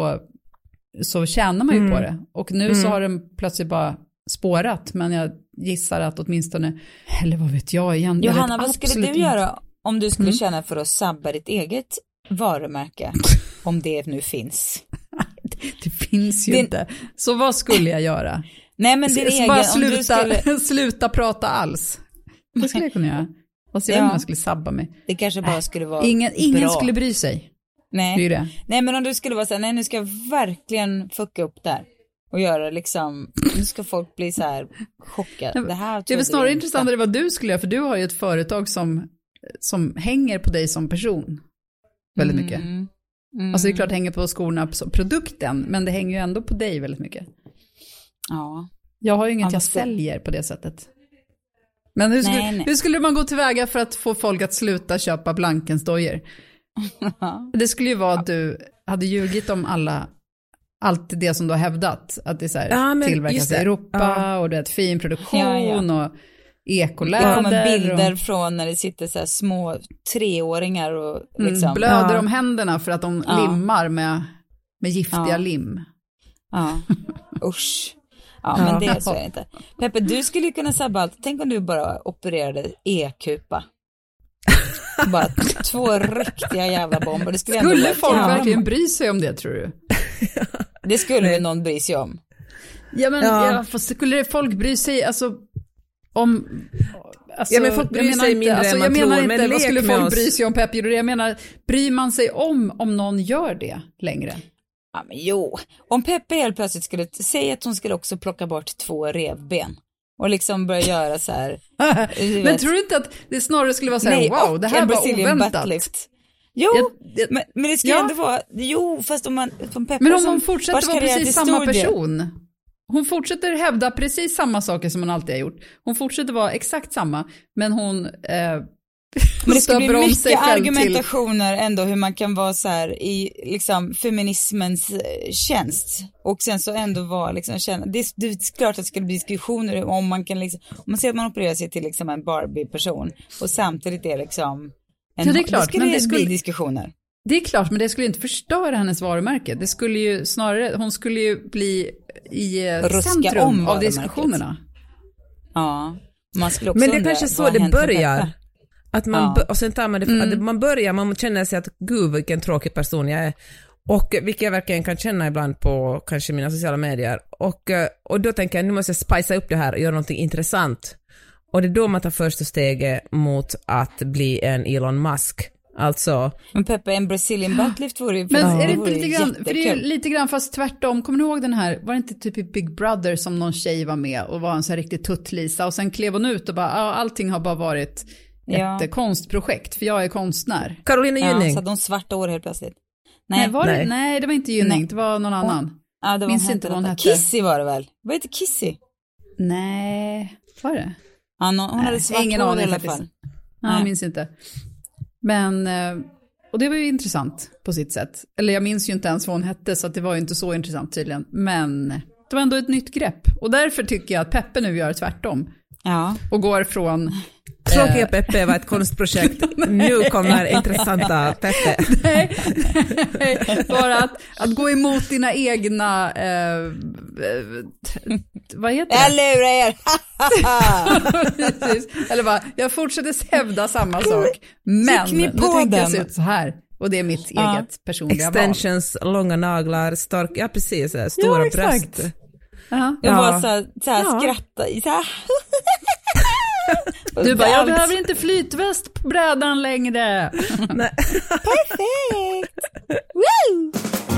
så tjänar man ju på det. Och nu så har den plötsligt bara spårat, men jag gissar att åtminstone, eller vad vet jag igen. Johanna, vad skulle du göra om du skulle känna för att sabba ditt eget varumärke? Om det nu finns. Det finns ju inte. Så vad skulle jag göra? Nej, men din egen, bara sluta prata alls. Det skulle jag kunna göra. Vad säger om jag skulle sabba mig? Det kanske bara skulle vara ingen skulle bry sig. Nej. Det är det. Nej, men om du skulle vara så här, nej, nu ska jag verkligen fucka upp där. Och göra liksom, nu ska folk bli så här chockade. Det är väl snarare intressantare vad du skulle göra, för du har ju ett företag som hänger på dig som person väldigt mycket. Alltså det är klart det hänger på skorna, på produkten, men det hänger ju ändå på dig väldigt mycket. Ja. Jag har ju inget jag säljer på det sättet. Men hur skulle man gå tillväga för att få folk att sluta köpa Blankensdojor? Det skulle ju vara att du hade ljugit om allt det som du har hävdat. Att det är så här, tillverkas i Europa och det är ett fin produktion och ekoläder. Det kommer bilder från när det sitter så här små 3-åringar och liksom. Blöder om händerna för att de limmar med giftiga lim. Ja, usch. Ja, men det är så inte. Peppe, du skulle ju kunna sabba allt. Tänk om du bara opererade e-kupa. Bara 2 riktiga jävla bomber. Skulle folk verkligen bry sig om det, tror du? Det skulle ju någon bry sig om. Ja, men fast skulle folk bry sig om... Alltså, ja, men folk bryr sig mindre än man tror. Jag menar inte, vad skulle folk bry sig om, Pep? Jag menar, bryr man sig om någon gör det längre? Ja, men jo. Om Peppe helt plötsligt skulle säga att hon skulle också plocka bort 2 revben och liksom börja göra så här. Men tror du inte att det snarare skulle vara så här, wow, det här var oväntat? Jo, men det ska ändå vara, fast om man som Peppe. Men om hon fortsätter vara precis samma person. Hon fortsätter hävda precis samma saker som hon alltid har gjort. Hon fortsätter vara exakt samma, men hon Men det ska bli mycket argumentationer ändå hur man kan vara så här i liksom feminismens tjänst och sen så ändå vara liksom det är klart att det ska bli diskussioner om man kan liksom, om man ser att man opererar sig till liksom en Barbie-person och samtidigt är liksom det är klart, det skulle bli diskussioner. Det är klart, men det skulle inte förstöra hennes varumärke. Det skulle ju snarare, hon skulle ju bli i centrum av diskussionerna. Ja, man skulle också men det är kanske så det börjar. Att man, och sen tar man det, man börjar, man känner sig att gud vilken tråkig person jag är. Och vilket jag verkligen kan känna ibland på kanske mina sociala medier. Och då tänker jag, nu måste jag spicea upp det här och göra någonting intressant. Och det är då man tar första steget mot att bli en Elon Musk. Alltså. Men Peppe, en Brazilian buttlift vore ju. Men är det inte lite grann, för det är ju lite grann fast tvärtom. Kommer du ihåg den här, var det inte typ i Big Brother som någon tjej var med och var en så här riktigt tuttlisa och sen klev hon ut och bara, allting har bara varit ett konstprojekt, för jag är konstnör. Carolina Gynning. Ja, så hade hon svarta år helt plötsligt. Nej, det var inte Gynning, det var någon annan. Ja, det var minns inte vad hon hette. Kissy var det väl? Vad heter Kissy? Nej, var det? Ja, hon hade svart ingen hår aning, i alla fall. Ja, jag minns inte. Men, och det var ju intressant på sitt sätt. Eller jag minns ju inte ens vad hon hette, så att det var ju inte så intressant tydligen. Men det var ändå ett nytt grepp. Och därför tycker jag att Peppe nu gör tvärtom. Ja. Och går från... Tråkiga Peppe var ett konstprojekt. Nu kommer intressanta Peppe. Nej, bara att gå emot dina egna... vad heter det? Jag lurar er! Eller bara, jag fortsätter hävda samma sak. Men nu tänker jag se ut så här. Och det är mitt eget personliga extensions, val. långa naglar, stark, ja precis, stora bröst. Jag var så här skratta i så här. Du bara, jag behöver inte flytväst på brädan längre. Perfekt. Woo!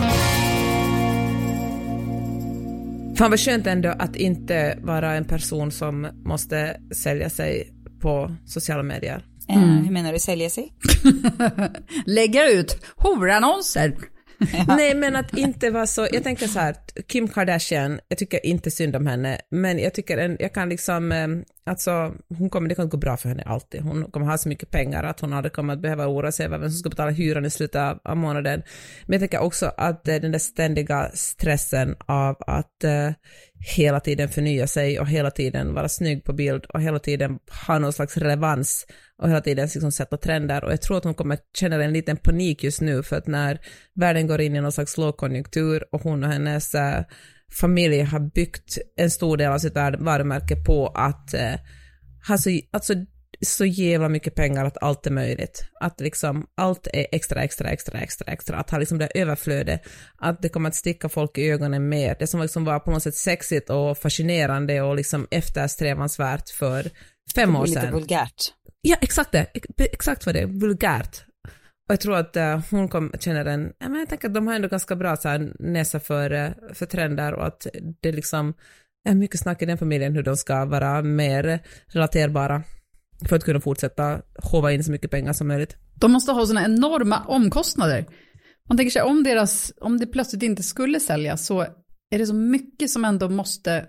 Fan vad skönt ändå att inte vara en person som måste sälja sig på sociala medier. Hur menar du sälja sig? Lägga ut horannonser. Ja. Nej, men att inte vara så, jag tänker så här, Kim Kardashian, jag tycker inte synd om henne, men jag tycker jag kan liksom, alltså det kommer gå bra för henne alltid. Hon kommer ha så mycket pengar att hon aldrig kommer att behöva oroa sig över vem som ska betala hyran i slutet av månaden. Men jag tänker också att den där ständiga stressen av att hela tiden förnya sig och hela tiden vara snygg på bild och hela tiden ha någon slags relevans och hela tiden liksom sätta trender, och jag tror att hon kommer känna en liten panik just nu, för att när världen går in i någon slags lågkonjunktur och hon och hennes familj har byggt en stor del av sitt varumärke på att ha så jävla mycket pengar att allt är möjligt, att liksom allt är extra, att ha liksom det överflöde, att det kommer att sticka folk i ögonen mer, det som liksom var på något sätt sexigt och fascinerande och liksom eftersträvansvärt för 5 år sedan. Lite vulgärt. Ja, exakt vad det är, vulgärt. Och jag tror att hon känner men jag tänker att de har ändå ganska bra så här, näsa för trender, och att det liksom är mycket snack i den familjen hur de ska vara mer relaterbara för att kunna fortsätta hova in så mycket pengar som möjligt. De måste ha såna enorma omkostnader. Man tänker sig om det plötsligt inte skulle säljas, så är det så mycket som ändå måste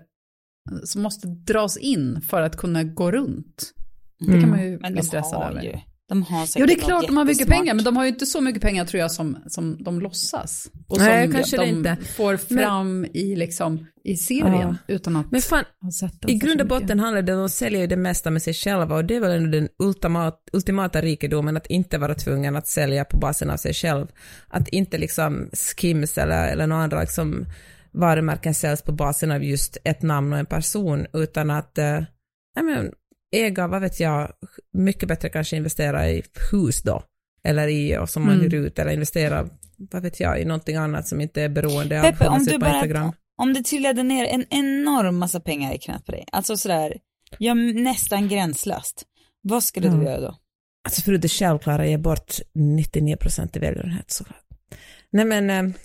dras in för att kunna gå runt. Det kan man ju bli stressad över. De har jo, det är klart de har mycket pengar, men de har ju inte så mycket pengar tror jag som de låtsas. Och som nej, kanske de inte får fram i serien utan att... Men fan, i grund och botten handlar det om att de säljer ju det mesta med sig själva, och det är väl ändå den ultimata rikedomen, att inte vara tvungen att sälja på basen av sig själv. Att inte liksom Skims eller några andra liksom varumärken säljs på basen av just ett namn och en person, utan att äga, vad vet jag, mycket bättre kanske investera i hus då, eller i, och som man hyr ut, eller investera, vad vet jag, i någonting annat som inte är beroende av Peppe, om du trillade ner en enorm massa pengar i knät på dig, alltså sådär, nästan gränslöst, vad skulle du göra då? Alltså för det självklara, ge bort 99% i välgörenhet såklart. Nej men,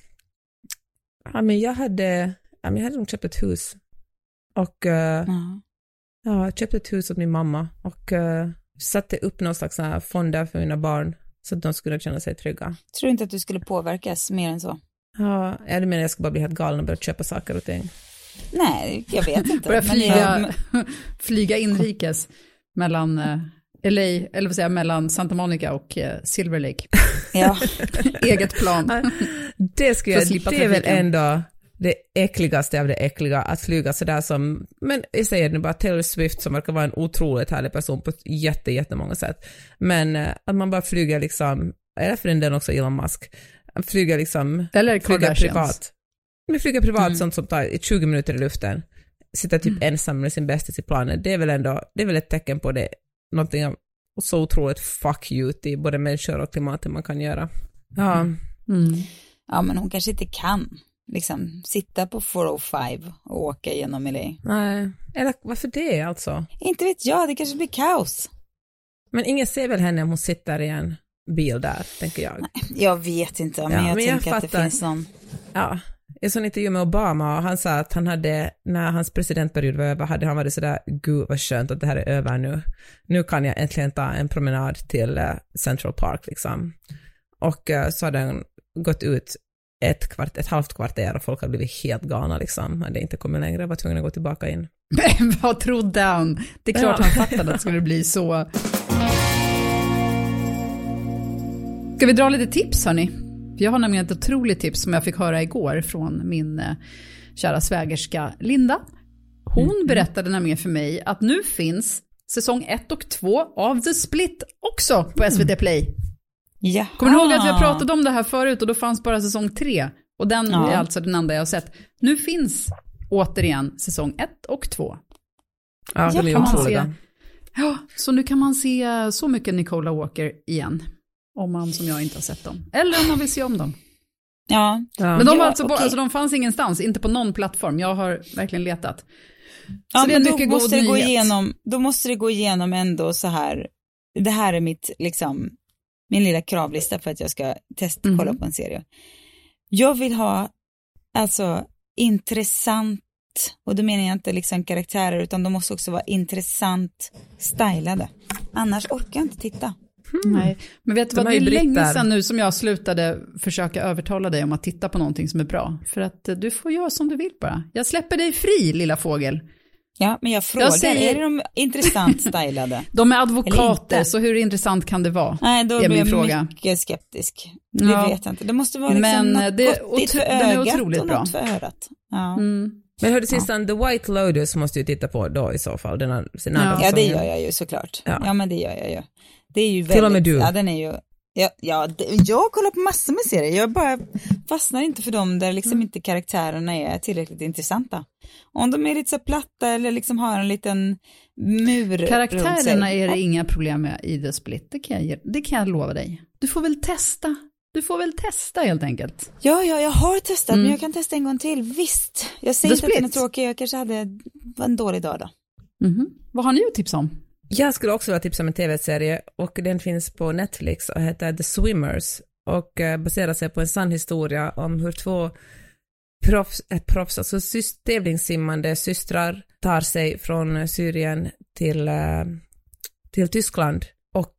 jag hade nog köpt ett hus, och jag köpte ett hus åt min mamma och satte upp någon slags fonder för mina barn så att de skulle känna sig trygga. Tror du inte att du skulle påverkas mer än så? Ja, jag menar jag ska bara bli helt galen och börja köpa saker och ting. Nej, jag vet inte. Börja flyga inrikes mellan LA, eller vad säger jag, mellan Santa Monica och Silver Lake. Ja. Eget plan. Det är väl ändå det äckligaste av det äckliga, att flyga sådär som, men jag säger nu bara Taylor Swift som verkar vara en otroligt härlig person på jättemånga sätt. Men att man bara flyger liksom, eller för den också Elon Musk, flyger liksom, eller flyger privat. Men flyger privat sånt som tar 20 minuter i luften. Sitter typ ensam med sin bästis i planen. Det är väl ett tecken på det, någonting så otroligt fuck you till både människor och klimatet man kan göra. Ja. Ja, men hon kanske inte kan liksom sitta på 405 och åka genom LA. Nej, eller varför det alltså? Inte vet jag, det kanske blir kaos. Men ingen ser väl henne om hon sitter i en bil där, tänker jag. Nej, jag vet inte, men jag tänker att det finns någon... Ja, jag såg en intervju med Obama och han sa att han hade, när hans presidentperiod var över, hade han varit sådär, gud vad skönt att det här är över nu. Nu kan jag äntligen ta en promenad till Central Park liksom. Och så hade han gått ut ett halvt kvarter och folk har blivit helt galna liksom. Hade inte kommit längre, var tvungen att gå tillbaka in. Men vad trodde han? Det är klart han fattade att det skulle bli så. Ska vi dra lite tips, hörni? Jag har nämligen ett otroligt tips som jag fick höra igår från min kära svägerska Linda. Hon berättade nämligen för mig att nu finns säsong 1 och 2 av The Split också på SVT Play. Jaha. Kommer du ihåg att vi har pratat om det här förut och då fanns bara säsong 3 och den är alltså den enda jag har sett. Nu finns återigen säsong 1 och 2. Ja, det är otroliga. Ja, så nu kan man se så mycket Nicola Walker igen. Om man som jag inte har sett dem. Eller om man vill se om dem. Ja. Men de var alltså de fanns ingenstans, inte på någon plattform. Jag har verkligen letat. Ja, så det är men mycket god nyhet. Då måste det gå igenom ändå så här. Det här är mitt liksom min lilla kravlista för att jag ska testa kolla på en serie. Jag vill ha alltså intressant, och då menar jag inte liksom karaktärer, utan de måste också vara intressant stylade. Annars orkar jag inte titta. Nej, men vet du vad, det är länge sedan nu som jag slutade försöka övertala dig om att titta på någonting som är bra. För att du får göra som du vill bara. Jag släpper dig fri, lilla fågel. Ja, men jag frågar, är de intressant stylade? De är advokater, så hur intressant kan det vara? Nej, då blir jag mycket skeptisk. Det vet jag inte. Det måste vara liksom något gottigt för ögat och något för örat. Ja. Men hörde sist The White Lotus måste ju titta på då i så fall. Ja, det gör jag ju såklart. Ja, men det gör jag ju. Det är ju väldigt... Till och med du. Ja, den är ju... Jag kollar på massor med serier. Jag bara fastnar inte för dem där liksom inte karaktärerna är tillräckligt intressanta. Om de är lite så platta eller liksom har en liten mur. Karaktärerna är det inga problem med i The Split. Det kan jag lova dig. Du får väl testa helt enkelt. Ja, jag har testat, men jag kan testa en gång till. Visst. Jag säger inte att den är tråkig. Jag kanske hade en dålig dag då. Vad har ni att tipsa om? Jag skulle också vilja tipsa om en tv-serie och den finns på Netflix och heter The Swimmers och baserar sig på en sann historia om hur två alltså tävlingssimmande systrar tar sig från Syrien till Tyskland och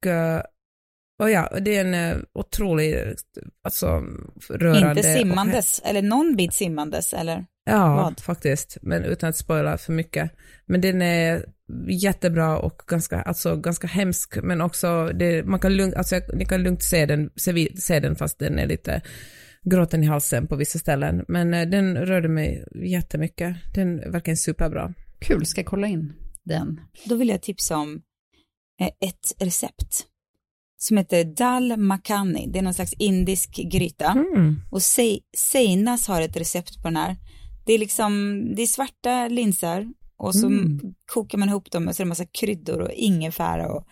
ja, det är en otrolig, alltså rörande... Inte simmandes, eller någon bit simmandes, eller? Ja, vad? faktiskt, men utan att spoila för mycket. Men den är jättebra och ganska hemsk, men också ni kan lugnt se den fast den är lite gråten i halsen på vissa ställen. Men den rörde mig jättemycket. Den är verkligen superbra. Kul, ska jag kolla in den. Då vill jag tipsa om ett recept som heter dal makhani. Det är någon slags indisk gryta. Och Seinas har ett recept på den här. Det är svarta linser och så kokar man ihop dem och så är det en massa kryddor och ingefära och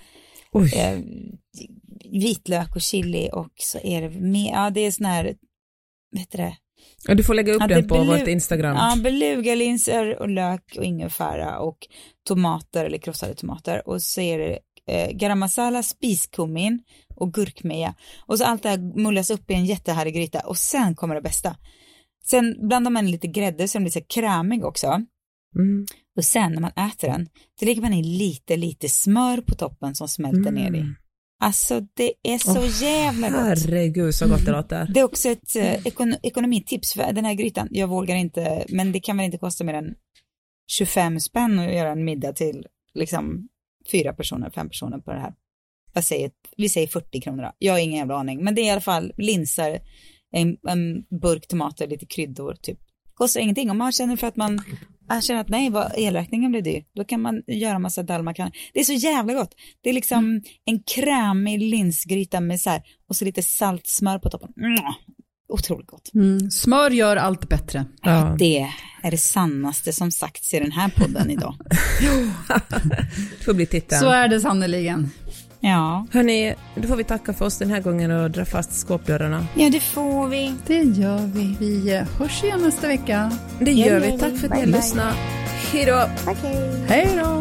vitlök och chili och så är det med, det är sån här, vet du det? Ja, du får lägga upp den på vårt Instagram. Ja, belugalinser och lök och ingefära och tomater eller krossade tomater och så är det garam masala, spiskummin och gurkmeja. Och så allt det här mullas upp i en jättehärlig gryta. Och sen kommer det bästa. Sen blandar man lite grädde så den blir så krämig också. Och sen när man äter den, då lägger man in lite smör på toppen som smälter ner i. Alltså det är så jävla gott. Herregud så gott det låter. Det är också ett ekonomitips för den här grytan. Jag vågar inte, men det kan väl inte kosta mer än 25 spänn att göra en middag till liksom 4 personer, 5 personer på det här. Vi säger 40 kronor då. Jag har ingen jävla aning. Men det är i alla fall linser, en burk tomater, lite kryddor typ. Kostar ingenting. Om man känner för att man känner att nej, vad elräkningen blir dyr, då kan man göra massa dalmakan. Det är så jävla gott. Det är liksom en krämig linsgryta med så här, och så lite saltsmör på toppen. Otroligt gott. Smör gör allt bättre. Ja. Det är det sannaste som sagts i den här podden idag. Du får bli tittare. Så är det sannoliken. Ja. Hörrni, då får vi tacka för oss den här gången och dra fast skåpdörrarna. Ja, det får vi. Det gör vi. Vi hörs igen nästa vecka. Det gör vi. Tack för att ni lyssnade. Hej då. Hej då.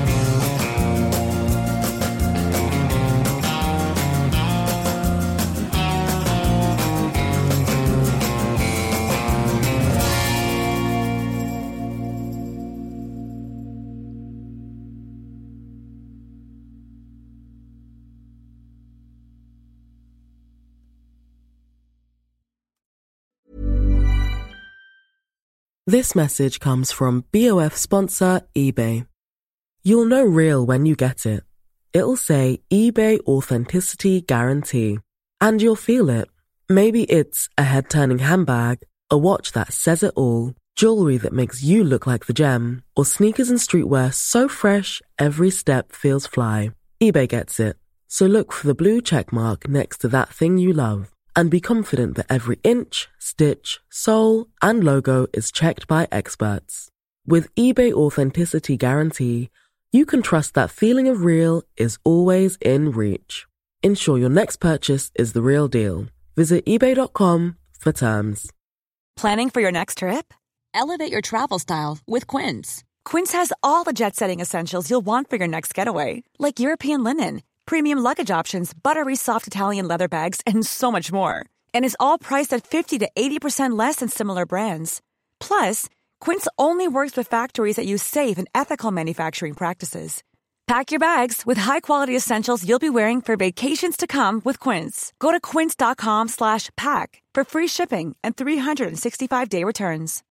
This message comes from BOF sponsor eBay. You'll know real when you get it. It'll say eBay Authenticity Guarantee. And you'll feel it. Maybe it's a head-turning handbag, a watch that says it all, jewelry that makes you look like the gem, or sneakers and streetwear so fresh every step feels fly. eBay gets it. So look for the blue check mark next to that thing you love. And be confident that every inch, stitch, sole, and logo is checked by experts. With eBay Authenticity Guarantee, you can trust that feeling of real is always in reach. Ensure your next purchase is the real deal. Visit ebay.com for terms. Planning for your next trip? Elevate your travel style with Quince. Quince has all the jet-setting essentials you'll want for your next getaway, like European linen, premium luggage options, buttery soft Italian leather bags, and so much more. And is all priced at 50 to 80% less than similar brands. Plus, Quince only works with factories that use safe and ethical manufacturing practices. Pack your bags with high-quality essentials you'll be wearing for vacations to come with Quince. Go to quince.com/pack for free shipping and 365-day returns.